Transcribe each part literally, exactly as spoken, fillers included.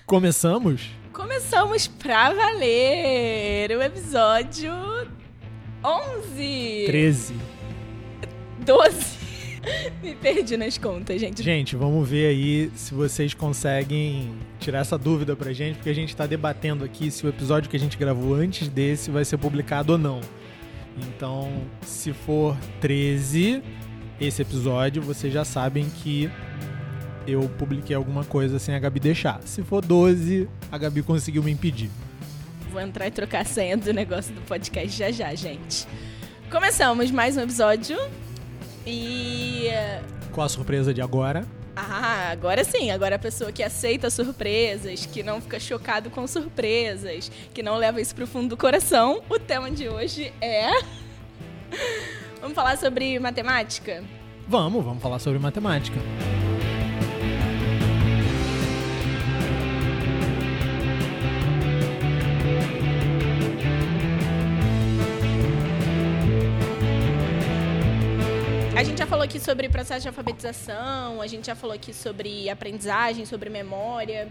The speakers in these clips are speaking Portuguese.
Começamos? Começamos pra valer o episódio onze. treze. doze. Me perdi nas contas, gente. Gente, vamos ver aí se vocês conseguem tirar essa dúvida pra gente, porque a gente tá debatendo aqui se o episódio que a gente gravou antes desse vai ser publicado ou não. Então, se for treze, esse episódio, vocês já sabem que eu publiquei alguma coisa sem a Gabi deixar. Se for doze, a Gabi conseguiu me impedir. Vou entrar e trocar a senha do negócio do podcast já já, gente. Começamos mais um episódio e... Qual a surpresa de agora? Ah, agora sim. Agora a pessoa que aceita surpresas, que não fica chocado com surpresas, que não leva isso pro fundo do coração. O tema de hoje é... Vamos falar sobre matemática? Vamos, vamos falar sobre matemática. A gente já falou aqui sobre processo de alfabetização, a gente já falou aqui sobre aprendizagem, sobre memória.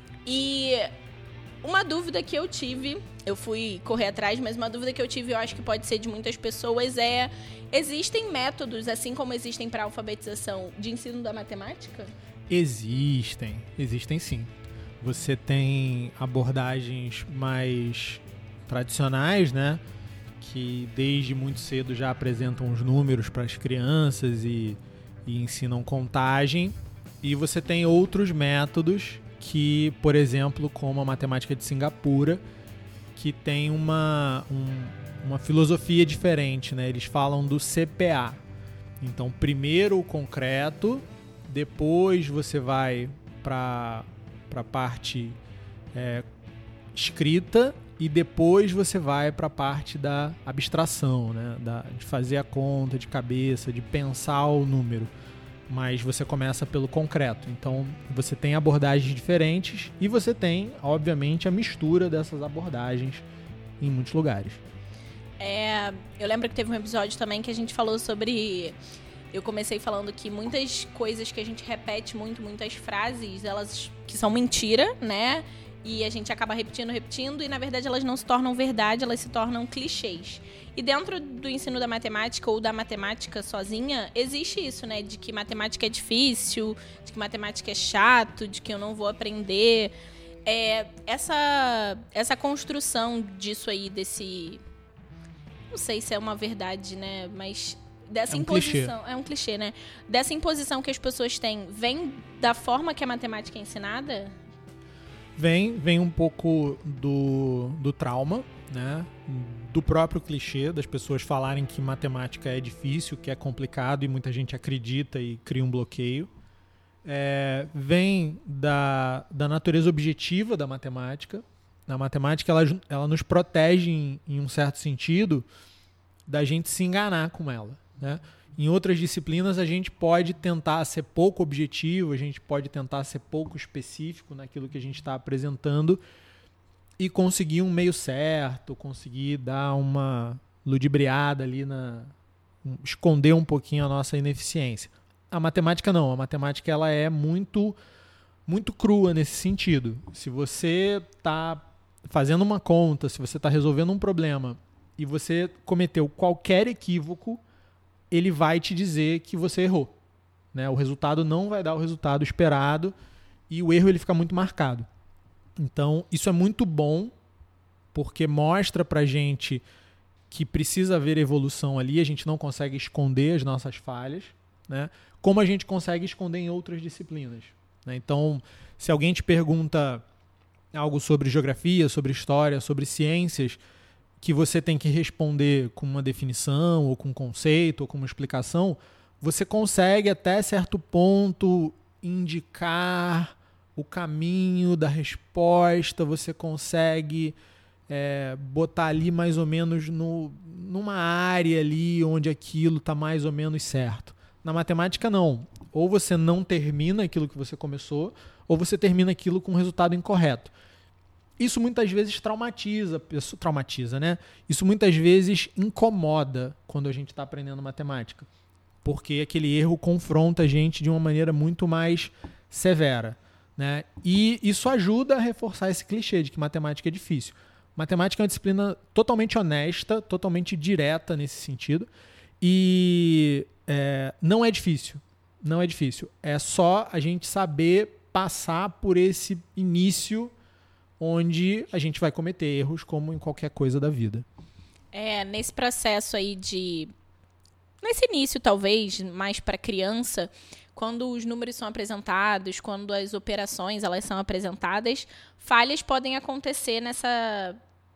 E uma dúvida que eu tive, eu fui correr atrás, mas uma dúvida que eu tive, eu acho que pode ser de muitas pessoas, é: existem métodos, assim como existem para alfabetização, de ensino da matemática? Existem, existem sim. Você tem abordagens mais tradicionais, né? Que desde muito cedo já apresentam os números para as crianças e, e ensinam contagem. E você tem outros métodos que, por exemplo, como a matemática de Singapura, que tem uma, um, uma filosofia diferente, né? Eles falam do C P A. Então, primeiro o concreto, depois você vai para a parte é, escrita, e depois você vai para a parte da abstração, né? Da, de fazer a conta de cabeça, de pensar o número. Mas você começa pelo concreto. Então, você tem abordagens diferentes e você tem, obviamente, a mistura dessas abordagens em muitos lugares. É, eu lembro que teve um episódio também que a gente falou sobre... Eu comecei falando que muitas coisas que a gente repete muito, muitas frases, elas que são mentira, né? E a gente acaba repetindo, repetindo, e na verdade elas não se tornam verdade, elas se tornam clichês. E dentro do ensino da matemática, ou da matemática sozinha, existe isso, né? De que matemática é difícil, de que matemática é chato, de que eu não vou aprender. É, essa, essa construção disso aí, desse... Não sei se é uma verdade, né? Mas... Dessa é um imposição, clichê. É um clichê, né? Dessa imposição que as pessoas têm, vem da forma que a matemática é ensinada? Vem, vem um pouco do, do trauma, né? Do próprio clichê, das pessoas falarem que matemática é difícil, que é complicado e muita gente acredita e cria um bloqueio. É, vem da, da natureza objetiva da matemática. A matemática ela, ela nos protege, em, em um certo sentido, da gente se enganar com ela, né? Em outras disciplinas, a gente pode tentar ser pouco objetivo, a gente pode tentar ser pouco específico naquilo que a gente está apresentando e conseguir um meio certo, conseguir dar uma ludibriada ali, na, esconder um pouquinho a nossa ineficiência. A matemática não, a matemática ela é muito, muito crua nesse sentido. Se você está fazendo uma conta, se você está resolvendo um problema e você cometeu qualquer equívoco, ele vai te dizer que você errou, né? O resultado não vai dar o resultado esperado e o erro ele fica muito marcado. Então, isso é muito bom porque mostra pra gente que precisa haver evolução ali, a gente não consegue esconder as nossas falhas, né? Como a gente consegue esconder em outras disciplinas, né? Então, se alguém te pergunta algo sobre geografia, sobre história, sobre ciências, que você tem que responder com uma definição, ou com um conceito, ou com uma explicação, você consegue até certo ponto indicar o caminho da resposta, você consegue é, botar ali mais ou menos no, numa área ali onde aquilo está mais ou menos certo. Na matemática não. Ou você não termina aquilo que você começou, ou você termina aquilo com um resultado incorreto. Isso muitas vezes traumatiza, traumatiza, né? Isso muitas vezes incomoda quando a gente está aprendendo matemática, porque aquele erro confronta a gente de uma maneira muito mais severa. né? E isso ajuda a reforçar esse clichê de que matemática é difícil. Matemática é uma disciplina totalmente honesta, totalmente direta nesse sentido. E é, não é difícil. Não é difícil. É só a gente saber passar por esse início onde a gente vai cometer erros como em qualquer coisa da vida. É, nesse processo aí de... Nesse início, talvez, mais para criança, quando os números são apresentados, quando as operações elas são apresentadas, falhas podem acontecer nessa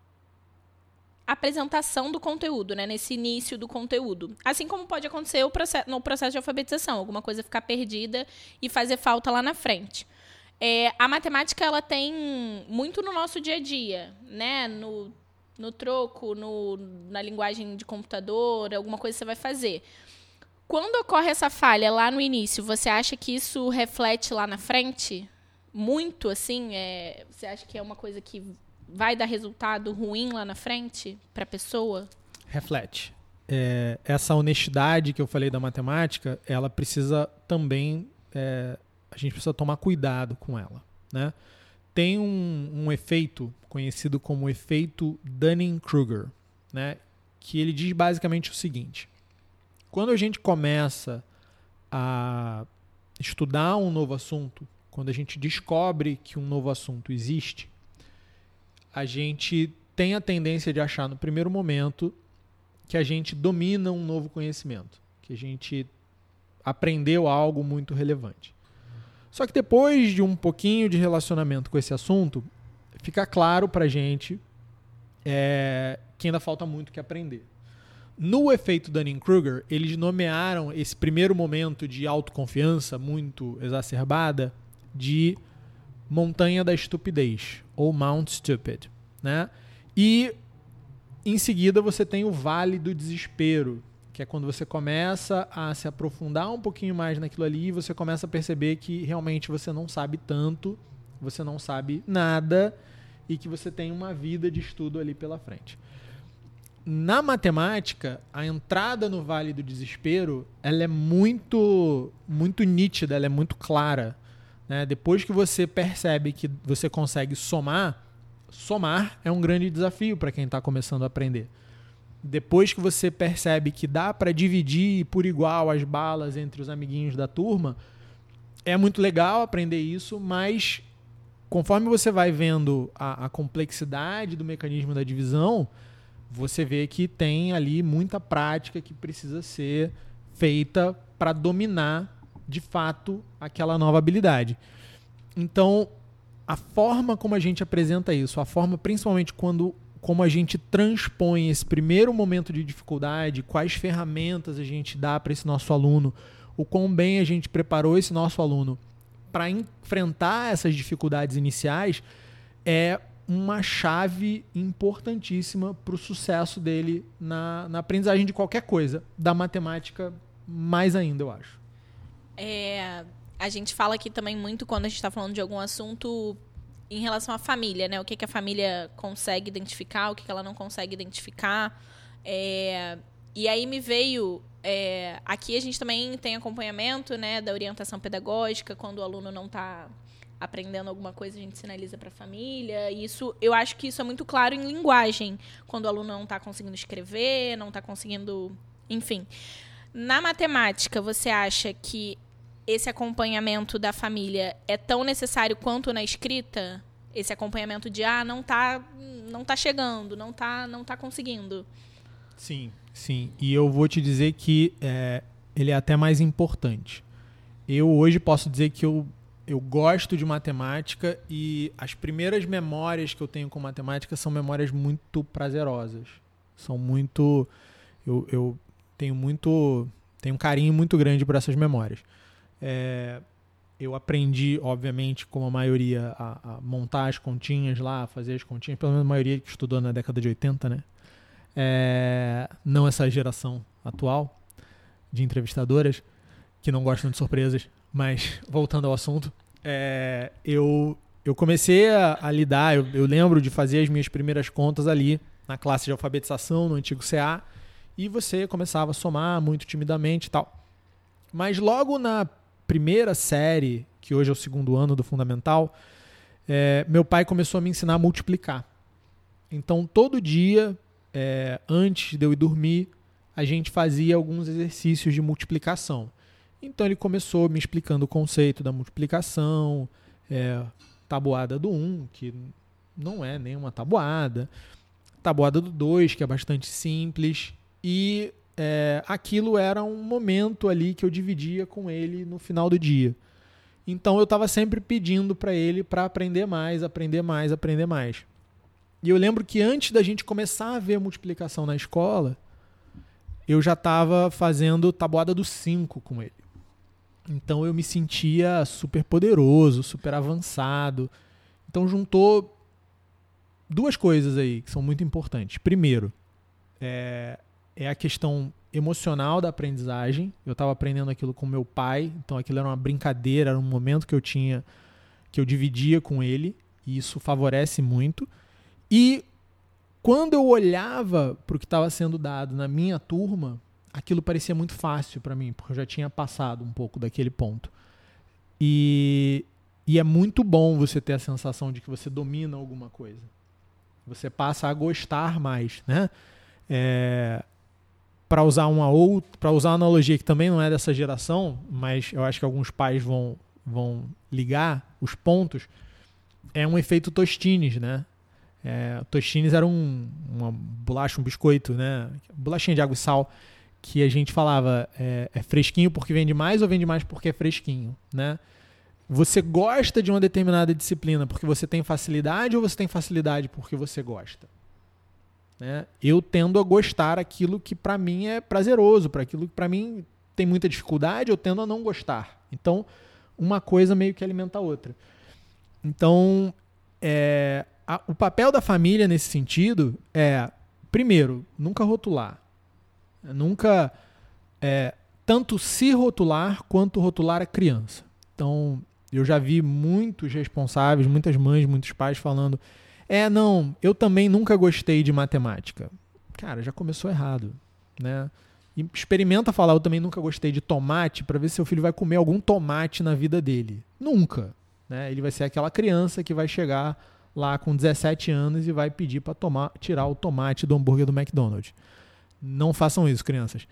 apresentação do conteúdo, né? Nesse início do conteúdo. Assim como pode acontecer o processo, no processo de alfabetização, alguma coisa ficar perdida e fazer falta lá na frente. É, a matemática ela tem muito no nosso dia a dia, né? No, no troco, no, na linguagem de computador, alguma coisa que você vai fazer. Quando ocorre essa falha lá no início, você acha que isso reflete lá na frente? Muito, assim? É, você acha que é uma coisa que vai dar resultado ruim lá na frente para a pessoa? Reflete. É, essa honestidade que eu falei da matemática, ela precisa também... É, a gente precisa tomar cuidado com ela, né? Tem um, um efeito conhecido como efeito Dunning-Kruger, né? Que ele diz basicamente o seguinte: quando a gente começa a estudar um novo assunto, quando a gente descobre que um novo assunto existe, a gente tem a tendência de achar no primeiro momento que a gente domina um novo conhecimento, que a gente aprendeu algo muito relevante. Só que depois de um pouquinho de relacionamento com esse assunto, fica claro pra gente é, que ainda falta muito que aprender. No efeito Dunning-Kruger, eles nomearam esse primeiro momento de autoconfiança muito exacerbada de montanha da estupidez, ou Mount Stupid, né? E em seguida você tem o vale do desespero, que é quando você começa a se aprofundar um pouquinho mais naquilo ali e você começa a perceber que realmente você não sabe tanto, você não sabe nada e que você tem uma vida de estudo ali pela frente. Na matemática, a entrada no vale do desespero, ela é muito, muito nítida, ela é muito clara, né? Depois que você percebe que você consegue somar, somar é um grande desafio para quem está começando a aprender. Depois que você percebe que dá para dividir por igual as balas entre os amiguinhos da turma, é muito legal aprender isso, mas conforme você vai vendo a, a complexidade do mecanismo da divisão, você vê que tem ali muita prática que precisa ser feita para dominar, de fato, aquela nova habilidade. Então, a forma como a gente apresenta isso, a forma principalmente quando... como a gente transpõe esse primeiro momento de dificuldade, quais ferramentas a gente dá para esse nosso aluno, o quão bem a gente preparou esse nosso aluno para enfrentar essas dificuldades iniciais, é uma chave importantíssima para o sucesso dele na, na aprendizagem de qualquer coisa, da matemática mais ainda, eu acho. É, a gente fala aqui também muito quando a gente está falando de algum assunto... em relação à família, né? O que, que a família consegue identificar, o que, que ela não consegue identificar. É... E aí me veio... É... Aqui a gente também tem acompanhamento, né, da orientação pedagógica. Quando o aluno não está aprendendo alguma coisa, a gente sinaliza para a família. Isso, eu acho que isso é muito claro em linguagem. Quando o aluno não está conseguindo escrever, não está conseguindo... Enfim. Na matemática, você acha que esse acompanhamento da família é tão necessário quanto na escrita? Esse acompanhamento de, ah, não tá, não tá chegando, não tá, não tá conseguindo. Sim, sim. E eu vou te dizer que é, ele é até mais importante. Eu hoje posso dizer que eu, eu gosto de matemática e as primeiras memórias que eu tenho com matemática são memórias muito prazerosas. São muito... Eu, eu tenho muito... tenho um carinho muito grande por essas memórias. É, eu aprendi, obviamente, como a maioria, a, a montar as continhas lá, a fazer as continhas, pelo menos a maioria que estudou na década de oitenta, né? É, não essa geração atual de entrevistadoras, que não gostam de surpresas, mas voltando ao assunto, é, eu, eu comecei a, a lidar, eu, eu lembro de fazer as minhas primeiras contas ali, na classe de alfabetização, no antigo C A, e você começava a somar muito timidamente e tal. Mas logo na primeira série que hoje é o segundo ano do fundamental, é, meu pai começou a me ensinar a multiplicar. Então, todo dia, é, antes de eu ir dormir, a gente fazia alguns exercícios de multiplicação. Então, ele começou me explicando o conceito da multiplicação, é, tabuada do um, que não é nenhuma tabuada, tabuada do dois, que é bastante simples, e é, aquilo era um momento ali que eu dividia com ele no final do dia. Então, eu estava sempre pedindo para ele para aprender mais, aprender mais, aprender mais. E eu lembro que antes da gente começar a ver a multiplicação na escola, eu já estava fazendo tabuada do cinco com ele. Então eu me sentia super poderoso, super avançado. Então juntou duas coisas aí que são muito importantes. Primeiro, é, é a questão emocional da aprendizagem. Eu estava aprendendo aquilo com meu pai, então aquilo era uma brincadeira, era um momento que eu tinha, que eu dividia com ele, e isso favorece muito. E quando eu olhava para o que estava sendo dado na minha turma, aquilo parecia muito fácil para mim, porque eu já tinha passado um pouco daquele ponto. E, e é muito bom você ter a sensação de que você domina alguma coisa. Você passa a gostar mais, né? É, para usar uma outra, para usar uma analogia que também não é dessa geração, mas eu acho que alguns pais vão, vão ligar os pontos, é um efeito Tostines, né? É, Tostines era um, uma bolacha, um biscoito, né? Bolachinha de água e sal, que a gente falava, é, é fresquinho porque vende mais ou vende mais porque é fresquinho, né? Você gosta de uma determinada disciplina porque você tem facilidade ou você tem facilidade porque você gosta? Né? Eu tendo a gostar aquilo que para mim é prazeroso, para aquilo que para mim tem muita dificuldade, eu tendo a não gostar. Então, uma coisa meio que alimenta a outra. Então, é, a, o papel da família nesse sentido é, primeiro, nunca rotular. Nunca é, tanto se rotular quanto rotular a criança. Então, eu já vi muitos responsáveis, muitas mães, muitos pais falando, é, não, eu também nunca gostei de matemática. Cara, já começou errado, né? E experimenta falar, eu também nunca gostei de tomate, para ver se seu filho vai comer algum tomate na vida dele. Nunca. Né? Ele vai ser aquela criança que vai chegar lá com dezessete anos e vai pedir para tomar, tirar o tomate do hambúrguer do McDonald's. Não façam isso, crianças.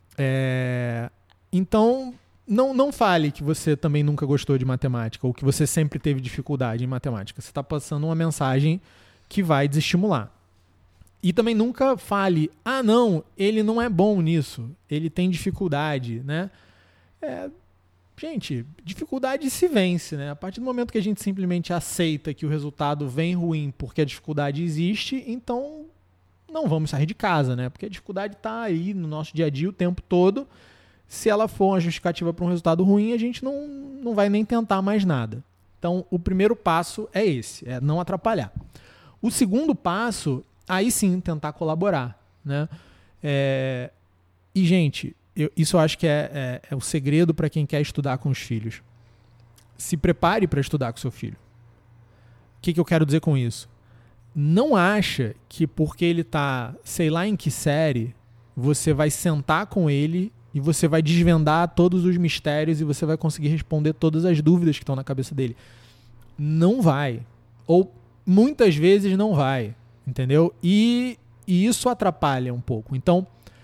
É... Então, não, não fale que você também nunca gostou de matemática ou que você sempre teve dificuldade em matemática. Você está passando uma mensagem que vai desestimular. E também nunca fale, ah, não, ele não é bom nisso, ele tem dificuldade, né? É, gente, dificuldade se vence, né? A partir do momento que a gente simplesmente aceita que o resultado vem ruim porque a dificuldade existe, então não vamos sair de casa, né? Porque a dificuldade está aí no nosso dia a dia o tempo todo. Se ela for uma justificativa para um resultado ruim, a gente não, não vai nem tentar mais nada. Então, o primeiro passo é esse, é não atrapalhar. O segundo passo, aí sim, tentar colaborar, né? É, e, gente, eu, isso eu acho que é, é, é o segredo para quem quer estudar com os filhos. Se prepare para estudar com seu filho. O que, que eu quero dizer com isso? Não acha que porque ele está, sei lá em que série, você vai sentar com ele e você vai desvendar todos os mistérios e você vai conseguir responder todas as dúvidas que estão na cabeça dele. Não vai. Ou muitas vezes não vai. Entendeu? E, e isso atrapalha um pouco. Então,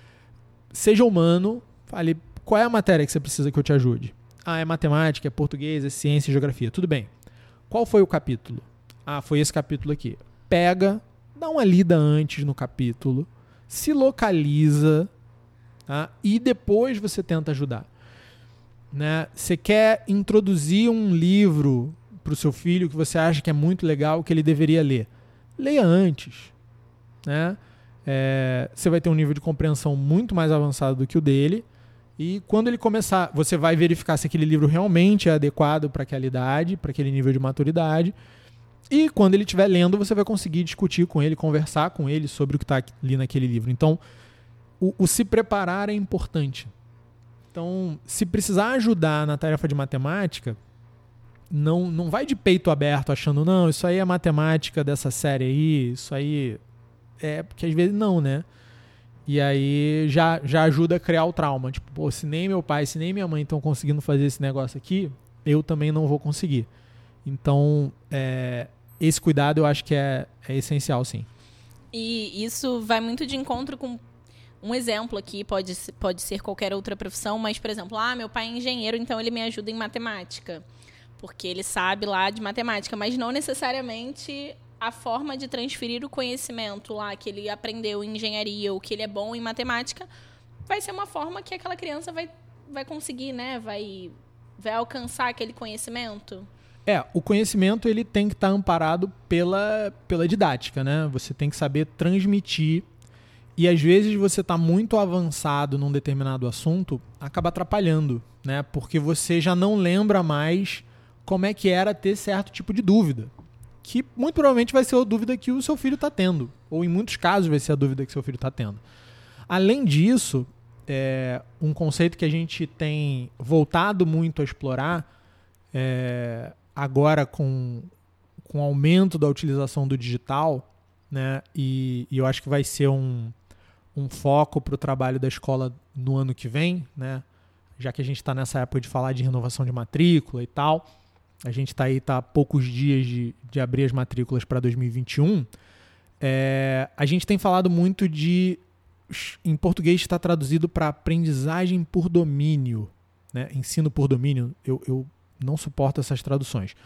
seja humano, fale, qual é a matéria que você precisa que eu te ajude? Ah, é matemática, é português, é ciência e geografia. Tudo bem. Qual foi o capítulo? Ah, foi esse capítulo aqui. Pega, dá uma lida antes no capítulo, se localiza, tá? E depois você tenta ajudar. Né? Você quer introduzir um livro para o seu filho que você acha que é muito legal, que ele deveria ler. Leia antes. Né? É, você vai ter um nível de compreensão muito mais avançado do que o dele. E quando ele começar, você vai verificar se aquele livro realmente é adequado para aquela idade, para aquele nível de maturidade. E quando ele estiver lendo, você vai conseguir discutir com ele, conversar com ele sobre o que está ali naquele livro. Então, o, o se preparar é importante. Então, se precisar ajudar na tarefa de matemática, não, não vai de peito aberto achando, não, isso aí é matemática dessa série aí, isso aí é... Porque às vezes não, né? E aí já, já ajuda a criar o trauma. Tipo, pô, se nem meu pai, se nem minha mãe estão conseguindo fazer esse negócio aqui, eu também não vou conseguir. Então, é, esse cuidado eu acho que é, é essencial, sim. E isso vai muito de encontro com um exemplo aqui, pode, pode ser qualquer outra profissão, mas, por exemplo, ah, meu pai é engenheiro, então ele me ajuda em matemática, porque ele sabe lá de matemática, mas não necessariamente a forma de transferir o conhecimento lá que ele aprendeu em engenharia ou que ele é bom em matemática vai ser uma forma que aquela criança vai, vai conseguir, né? Vai, vai alcançar aquele conhecimento. É, o conhecimento ele tem que estar amparado pela, pela didática, né? Você tem que saber transmitir. E às vezes você está muito avançado num determinado assunto, acaba atrapalhando, né? Porque você já não lembra mais como é que era ter certo tipo de dúvida. Que muito provavelmente vai ser a dúvida que o seu filho está tendo. Ou em muitos casos vai ser a dúvida que seu filho está tendo. Além disso, é, um conceito que a gente tem voltado muito a explorar, é, agora com, com o aumento da utilização do digital, né? E, e eu acho que vai ser um... um foco para o trabalho da escola no ano que vem, né? Já que a gente está nessa época de falar de renovação de matrícula e tal, a gente está aí tá, há poucos dias de, de abrir as matrículas para dois mil e vinte e um, é, a gente tem falado muito de, em português está traduzido para aprendizagem por domínio, né? Ensino por domínio, eu, eu não suporto essas traduções.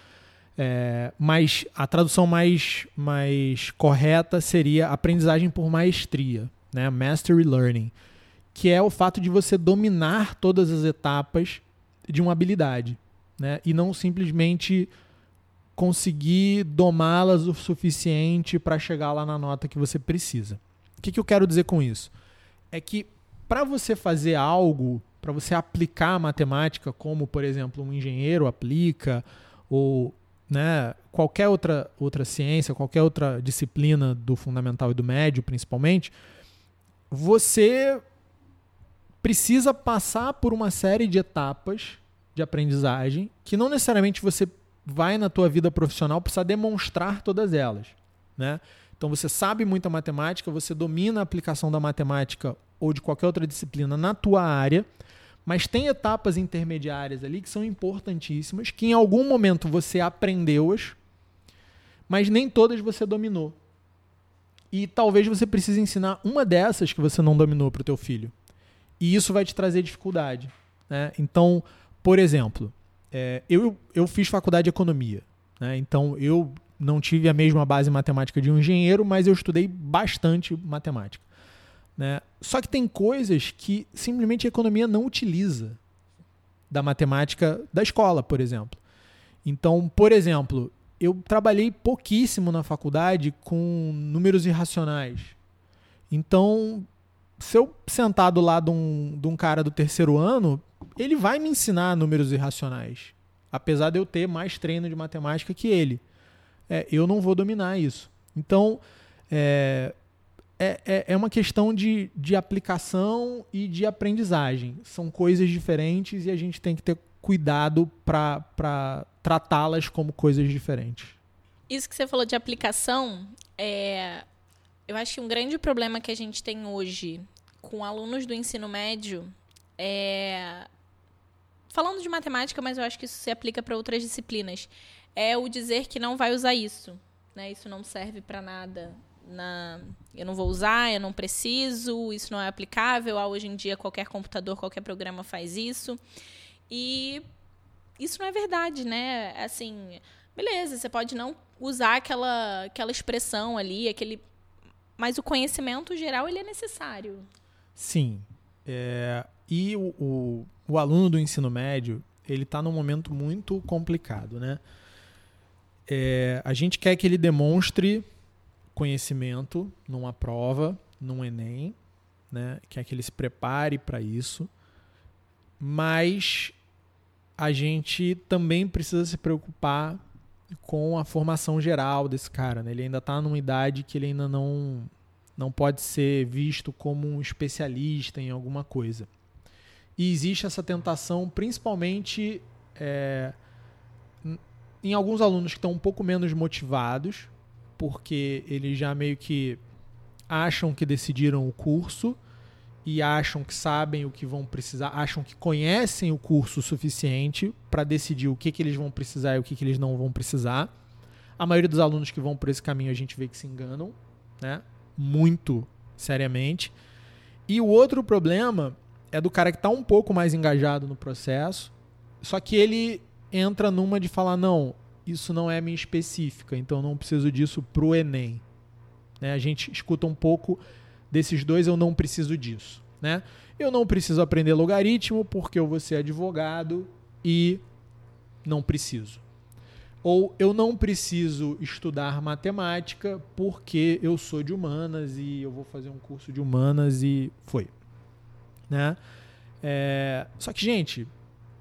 É, mas a tradução mais, mais correta seria aprendizagem por maestria, né? Mastery Learning, que é o fato de você dominar todas as etapas de uma habilidade, né? E não simplesmente conseguir domá-las o suficiente para chegar lá na nota que você precisa. O que, que eu quero dizer com isso? É que para você fazer algo, para você aplicar a matemática, como, por exemplo, um engenheiro aplica, ou, né, qualquer outra, outra ciência, qualquer outra disciplina do fundamental e do médio, principalmente, você precisa passar por uma série de etapas de aprendizagem que não necessariamente você vai na tua vida profissional precisar demonstrar todas elas, né? Então você sabe muita matemática, você domina a aplicação da matemática ou de qualquer outra disciplina na tua área, mas tem etapas intermediárias ali que são importantíssimas, que em algum momento você aprendeu-as, mas nem todas você dominou. E talvez você precise ensinar uma dessas que você não dominou para o teu filho. E isso vai te trazer dificuldade, né? Então, por exemplo, é, eu, eu fiz faculdade de economia, né? Então eu não tive a mesma base matemática de um engenheiro, mas eu estudei bastante matemática, né? Só que tem coisas que simplesmente a economia não utiliza da matemática da escola, por exemplo. Então, por exemplo, eu trabalhei pouquíssimo na faculdade com números irracionais. Então, se eu sentar do lado de um, de um cara do terceiro ano, ele vai me ensinar números irracionais, apesar de eu ter mais treino de matemática que ele. É, eu não vou dominar isso. Então, é, é, é uma questão de, de aplicação e de aprendizagem. São coisas diferentes e a gente tem que ter cuidado para tratá-las como coisas diferentes. Isso que você falou de aplicação, é, eu acho que um grande problema que a gente tem hoje com alunos do ensino médio é... Falando de matemática, mas eu acho que isso se aplica para outras disciplinas, é o dizer que não vai usar isso, né? Isso não serve para nada. Na... Eu não vou usar, eu não preciso, isso não é aplicável. Ah, hoje em dia, qualquer computador, qualquer programa faz isso. E isso não é verdade, né? Assim, beleza, você pode não usar aquela, aquela expressão ali, aquele... mas o conhecimento geral ele é necessário. Sim. É... E o, o, o aluno do ensino médio, ele está num momento muito complicado, né? É... A gente quer que ele demonstre conhecimento numa prova, num Enem, né? Quer que ele se prepare para isso, mas a gente também precisa se preocupar com a formação geral desse cara, né? Ele ainda está numa idade que ele ainda não, não pode ser visto como um especialista em alguma coisa. E existe essa tentação, principalmente é, em alguns alunos que estão um pouco menos motivados, porque eles já meio que acham que decidiram o curso e acham que sabem o que vão precisar, acham que conhecem o curso o suficiente para decidir o que, que eles vão precisar e o que, que eles não vão precisar. A maioria dos alunos que vão por esse caminho a gente vê que se enganam, né? Muito seriamente. E o outro problema é do cara que está um pouco mais engajado no processo, só que ele entra numa de falar, não, isso não é minha específica, então eu não preciso disso pro Enem. Né? A gente escuta um pouco desses dois, eu não preciso disso. Né? Eu não preciso aprender logaritmo porque eu vou ser advogado e não preciso. Ou eu não preciso estudar matemática porque eu sou de humanas e eu vou fazer um curso de humanas e foi. Né? É... Só que, gente,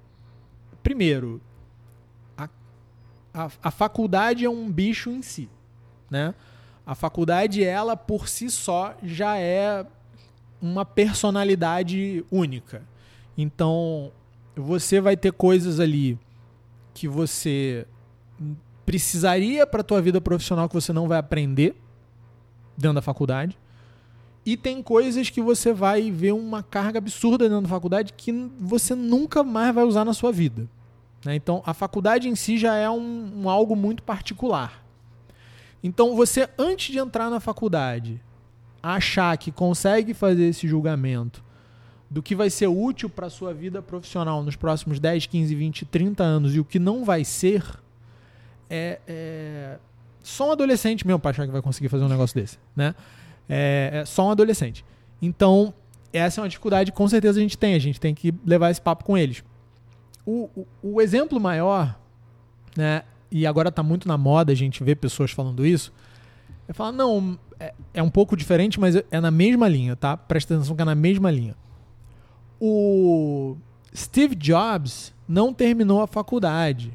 primeiro, a, a, a faculdade é um bicho em si. Né? A faculdade, ela, por si só, já é uma personalidade única. Então, você vai ter coisas ali que você precisaria para a tua vida profissional que você não vai aprender dentro da faculdade. E tem coisas que você vai ver uma carga absurda dentro da faculdade que você nunca mais vai usar na sua vida. Né? Então, a faculdade em si já é um, um algo muito particular. Então, você, antes de entrar na faculdade, achar que consegue fazer esse julgamento do que vai ser útil para a sua vida profissional nos próximos dez, quinze, vinte, trinta anos e o que não vai ser, é, é só um adolescente mesmo para achar que vai conseguir fazer um negócio desse. Né? É, é só um adolescente. Então, essa é uma dificuldade que com certeza a gente tem. A gente tem que levar esse papo com eles. O, o, o exemplo maior, né, e agora está muito na moda a gente ver pessoas falando isso, é falar, não, é, é um pouco diferente, mas é na mesma linha, tá? Presta atenção que é na mesma linha. O Steve Jobs não terminou a faculdade.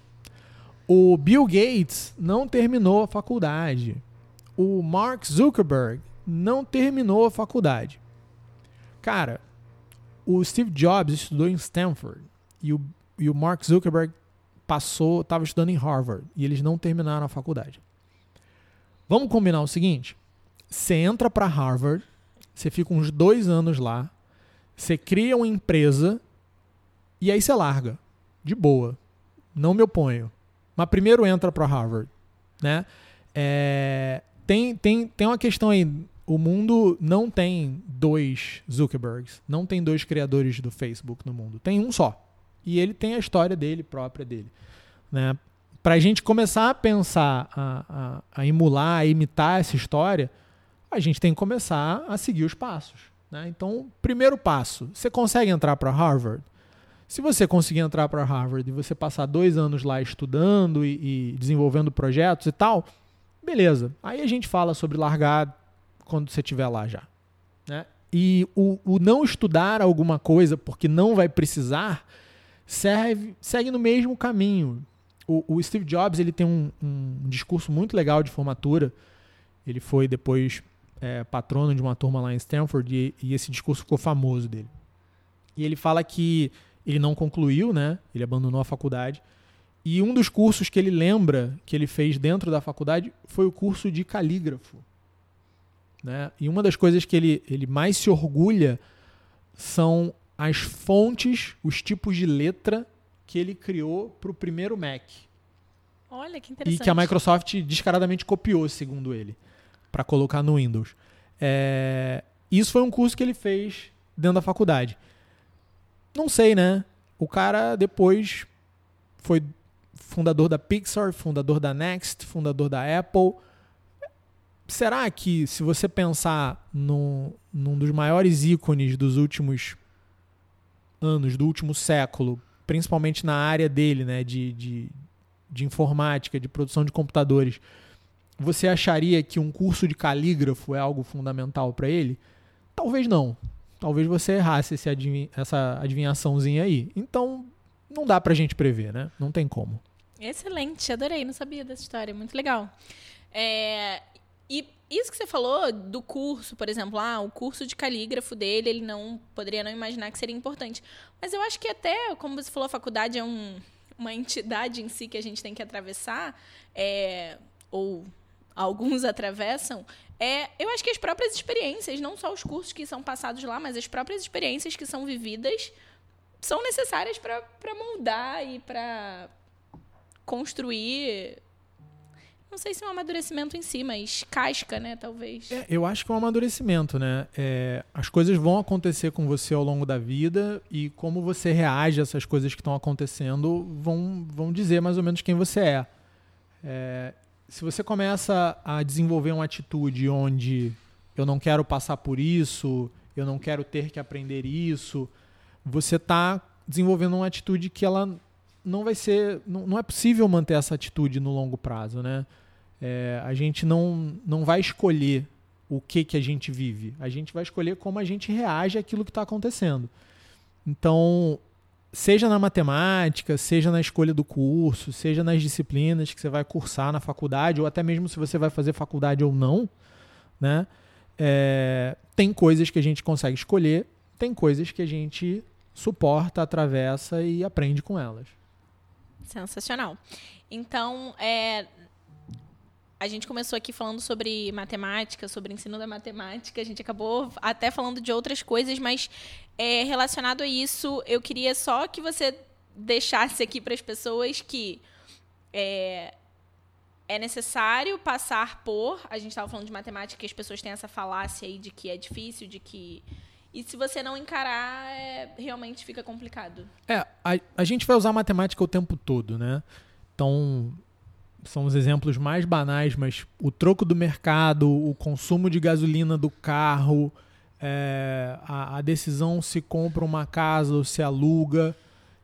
O Bill Gates não terminou a faculdade. O Mark Zuckerberg não terminou a faculdade. Cara, o Steve Jobs estudou em Stanford e o, e o Mark Zuckerberg passou, estava estudando em Harvard e eles não terminaram a faculdade. Vamos combinar o seguinte? Você entra para Harvard, você fica uns dois anos lá, você cria uma empresa e aí você larga. De boa. Não me oponho. Mas primeiro entra para Harvard. Né? É, tem, tem, tem uma questão aí. O mundo não tem dois Zuckerbergs. Não tem dois criadores do Facebook no mundo. Tem um só. E ele tem a história dele, própria dele. Né? Para a gente começar a pensar, a, a, a emular, a imitar essa história, a gente tem que começar a seguir os passos. Né? Então, primeiro passo, você consegue entrar para Harvard? Se você conseguir entrar para Harvard e você passar dois anos lá estudando e, e desenvolvendo projetos e tal, beleza. Aí a gente fala sobre largar quando você estiver lá já. Né? E o, o não estudar alguma coisa porque não vai precisar serve, segue no mesmo caminho. O, o Steve Jobs ele tem um, um discurso muito legal de formatura. Ele foi depois é, patrono de uma turma lá em Stanford e, e esse discurso ficou famoso dele. E ele fala que ele não concluiu, né? Ele abandonou a faculdade. E um dos cursos que ele lembra que ele fez dentro da faculdade foi o curso de calígrafo. Né? E uma das coisas que ele, ele mais se orgulha são as fontes, os tipos de letra que ele criou para o primeiro Mac. Olha, que interessante. E que a Microsoft descaradamente copiou, segundo ele, para colocar no Windows. É... Isso foi um curso que ele fez dentro da faculdade. Não sei, né? O cara depois foi fundador da Pixar, fundador da Next, fundador da Apple. Será que, se você pensar no, num dos maiores ícones dos últimos anos, do último século, principalmente na área dele, né, de, de, de informática, de produção de computadores, você acharia que um curso de calígrafo é algo fundamental para ele? Talvez não. Talvez você errasse esse adiv- essa adivinhaçãozinha aí. Então, não dá pra gente prever, né? Não tem como. Excelente, adorei, não sabia dessa história, muito legal. É, e isso que você falou do curso, por exemplo, ah, o curso de calígrafo dele, ele não poderia não imaginar que seria importante. Mas eu acho que até, como você falou, a faculdade é um, uma entidade em si que a gente tem que atravessar, é, ou alguns atravessam, é, eu acho que as próprias experiências, não só os cursos que são passados lá, mas as próprias experiências que são vividas são necessárias para moldar e para construir, não sei se é um amadurecimento em si, mas casca, né, talvez. É, eu acho que é um amadurecimento, né? É, as coisas vão acontecer com você ao longo da vida e como você reage a essas coisas que estão acontecendo vão, vão dizer mais ou menos quem você é. É, se você começa a desenvolver uma atitude onde eu não quero passar por isso, eu não quero ter que aprender isso, você está desenvolvendo uma atitude que ela não vai ser, não, não é possível manter essa atitude no longo prazo, né? É, a gente não, não vai escolher o que, que a gente vive, a gente vai escolher como a gente reage àquilo que está acontecendo. Então, seja na matemática, seja na escolha do curso, seja nas disciplinas que você vai cursar na faculdade, ou até mesmo se você vai fazer faculdade ou não, né? É, tem coisas que a gente consegue escolher, tem coisas que a gente suporta, atravessa e aprende com elas. Sensacional. Então, é, a gente começou aqui falando sobre matemática, sobre ensino da matemática, a gente acabou até falando de outras coisas, mas é, relacionado a isso, eu queria só que você deixasse aqui para as pessoas que é, é necessário passar por... A gente estava falando de matemática, que as pessoas têm essa falácia aí de que é difícil, de que... E se você não encarar, é, realmente fica complicado. É, a, a gente vai usar matemática o tempo todo, né? Então, são os exemplos mais banais, mas o troco do mercado, o consumo de gasolina do carro, é, a, a decisão se compra uma casa ou se aluga,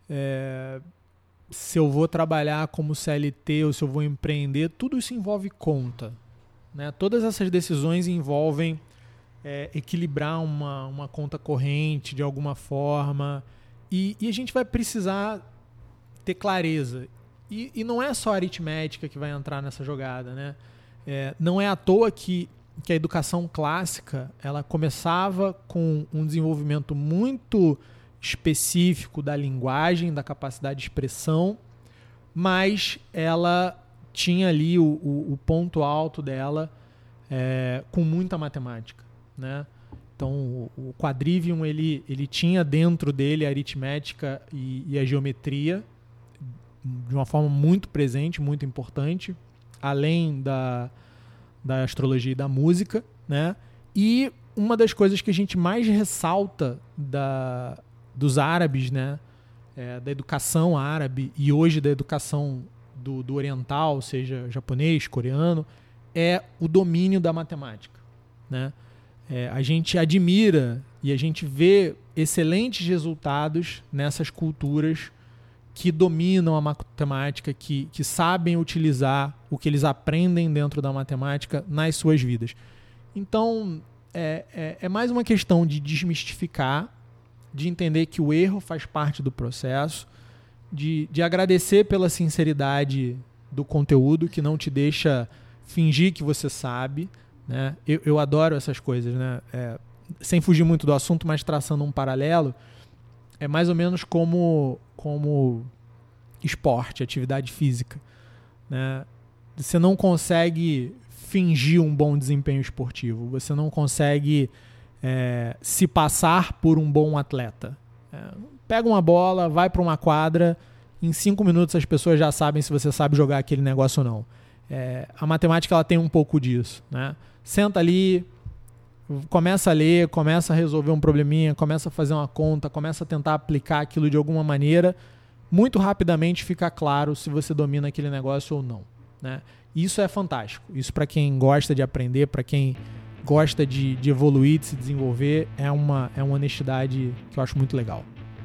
é, se eu vou trabalhar como C L T ou se eu vou empreender, tudo isso envolve conta, né? Todas essas decisões envolvem É, equilibrar uma, uma conta corrente de alguma forma e, e a gente vai precisar ter clareza e, e não é só a aritmética que vai entrar nessa jogada, né? É, não é à toa que, que a educação clássica ela começava com um desenvolvimento muito específico da linguagem, da capacidade de expressão, mas ela tinha ali o, o, o ponto alto dela é, com muita matemática, né? Então o quadrivium ele, ele tinha dentro dele a aritmética e, e a geometria de uma forma muito presente, muito importante, além da, da astrologia e da música, né? E uma das coisas que a gente mais ressalta da, dos árabes, né? É, da educação árabe e hoje da educação do, do oriental, seja japonês, coreano, é o domínio da matemática, né? É, a gente admira e a gente vê excelentes resultados nessas culturas que dominam a matemática, que, que sabem utilizar o que eles aprendem dentro da matemática nas suas vidas. Então, é, é, é mais uma questão de desmistificar, de entender que o erro faz parte do processo, de, de agradecer pela sinceridade do conteúdo, que não te deixa fingir que você sabe, né? Eu, eu adoro essas coisas, né? É, sem fugir muito do assunto, mas traçando um paralelo, é mais ou menos como, como esporte, atividade física, né? Você não consegue fingir um bom desempenho esportivo, você não consegue é, se passar por um bom atleta. É, pega uma bola, vai para uma quadra, em cinco minutos as pessoas já sabem se você sabe jogar aquele negócio ou não. É, a matemática ela tem um pouco disso, né? Senta ali, começa a ler, começa a resolver um probleminha, começa a fazer uma conta, começa a tentar aplicar aquilo de alguma maneira, muito rapidamente fica claro se você domina aquele negócio ou não, né? Isso é fantástico. Isso para quem gosta de aprender, para quem gosta de, de evoluir, de se desenvolver, é uma, é uma honestidade que eu acho muito legal.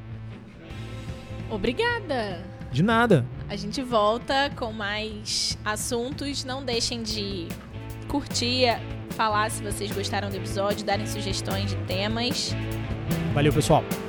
Obrigada! De nada! A gente volta com mais assuntos. Não deixem de curtir, falar se vocês gostaram do episódio, darem sugestões de temas. Valeu, pessoal!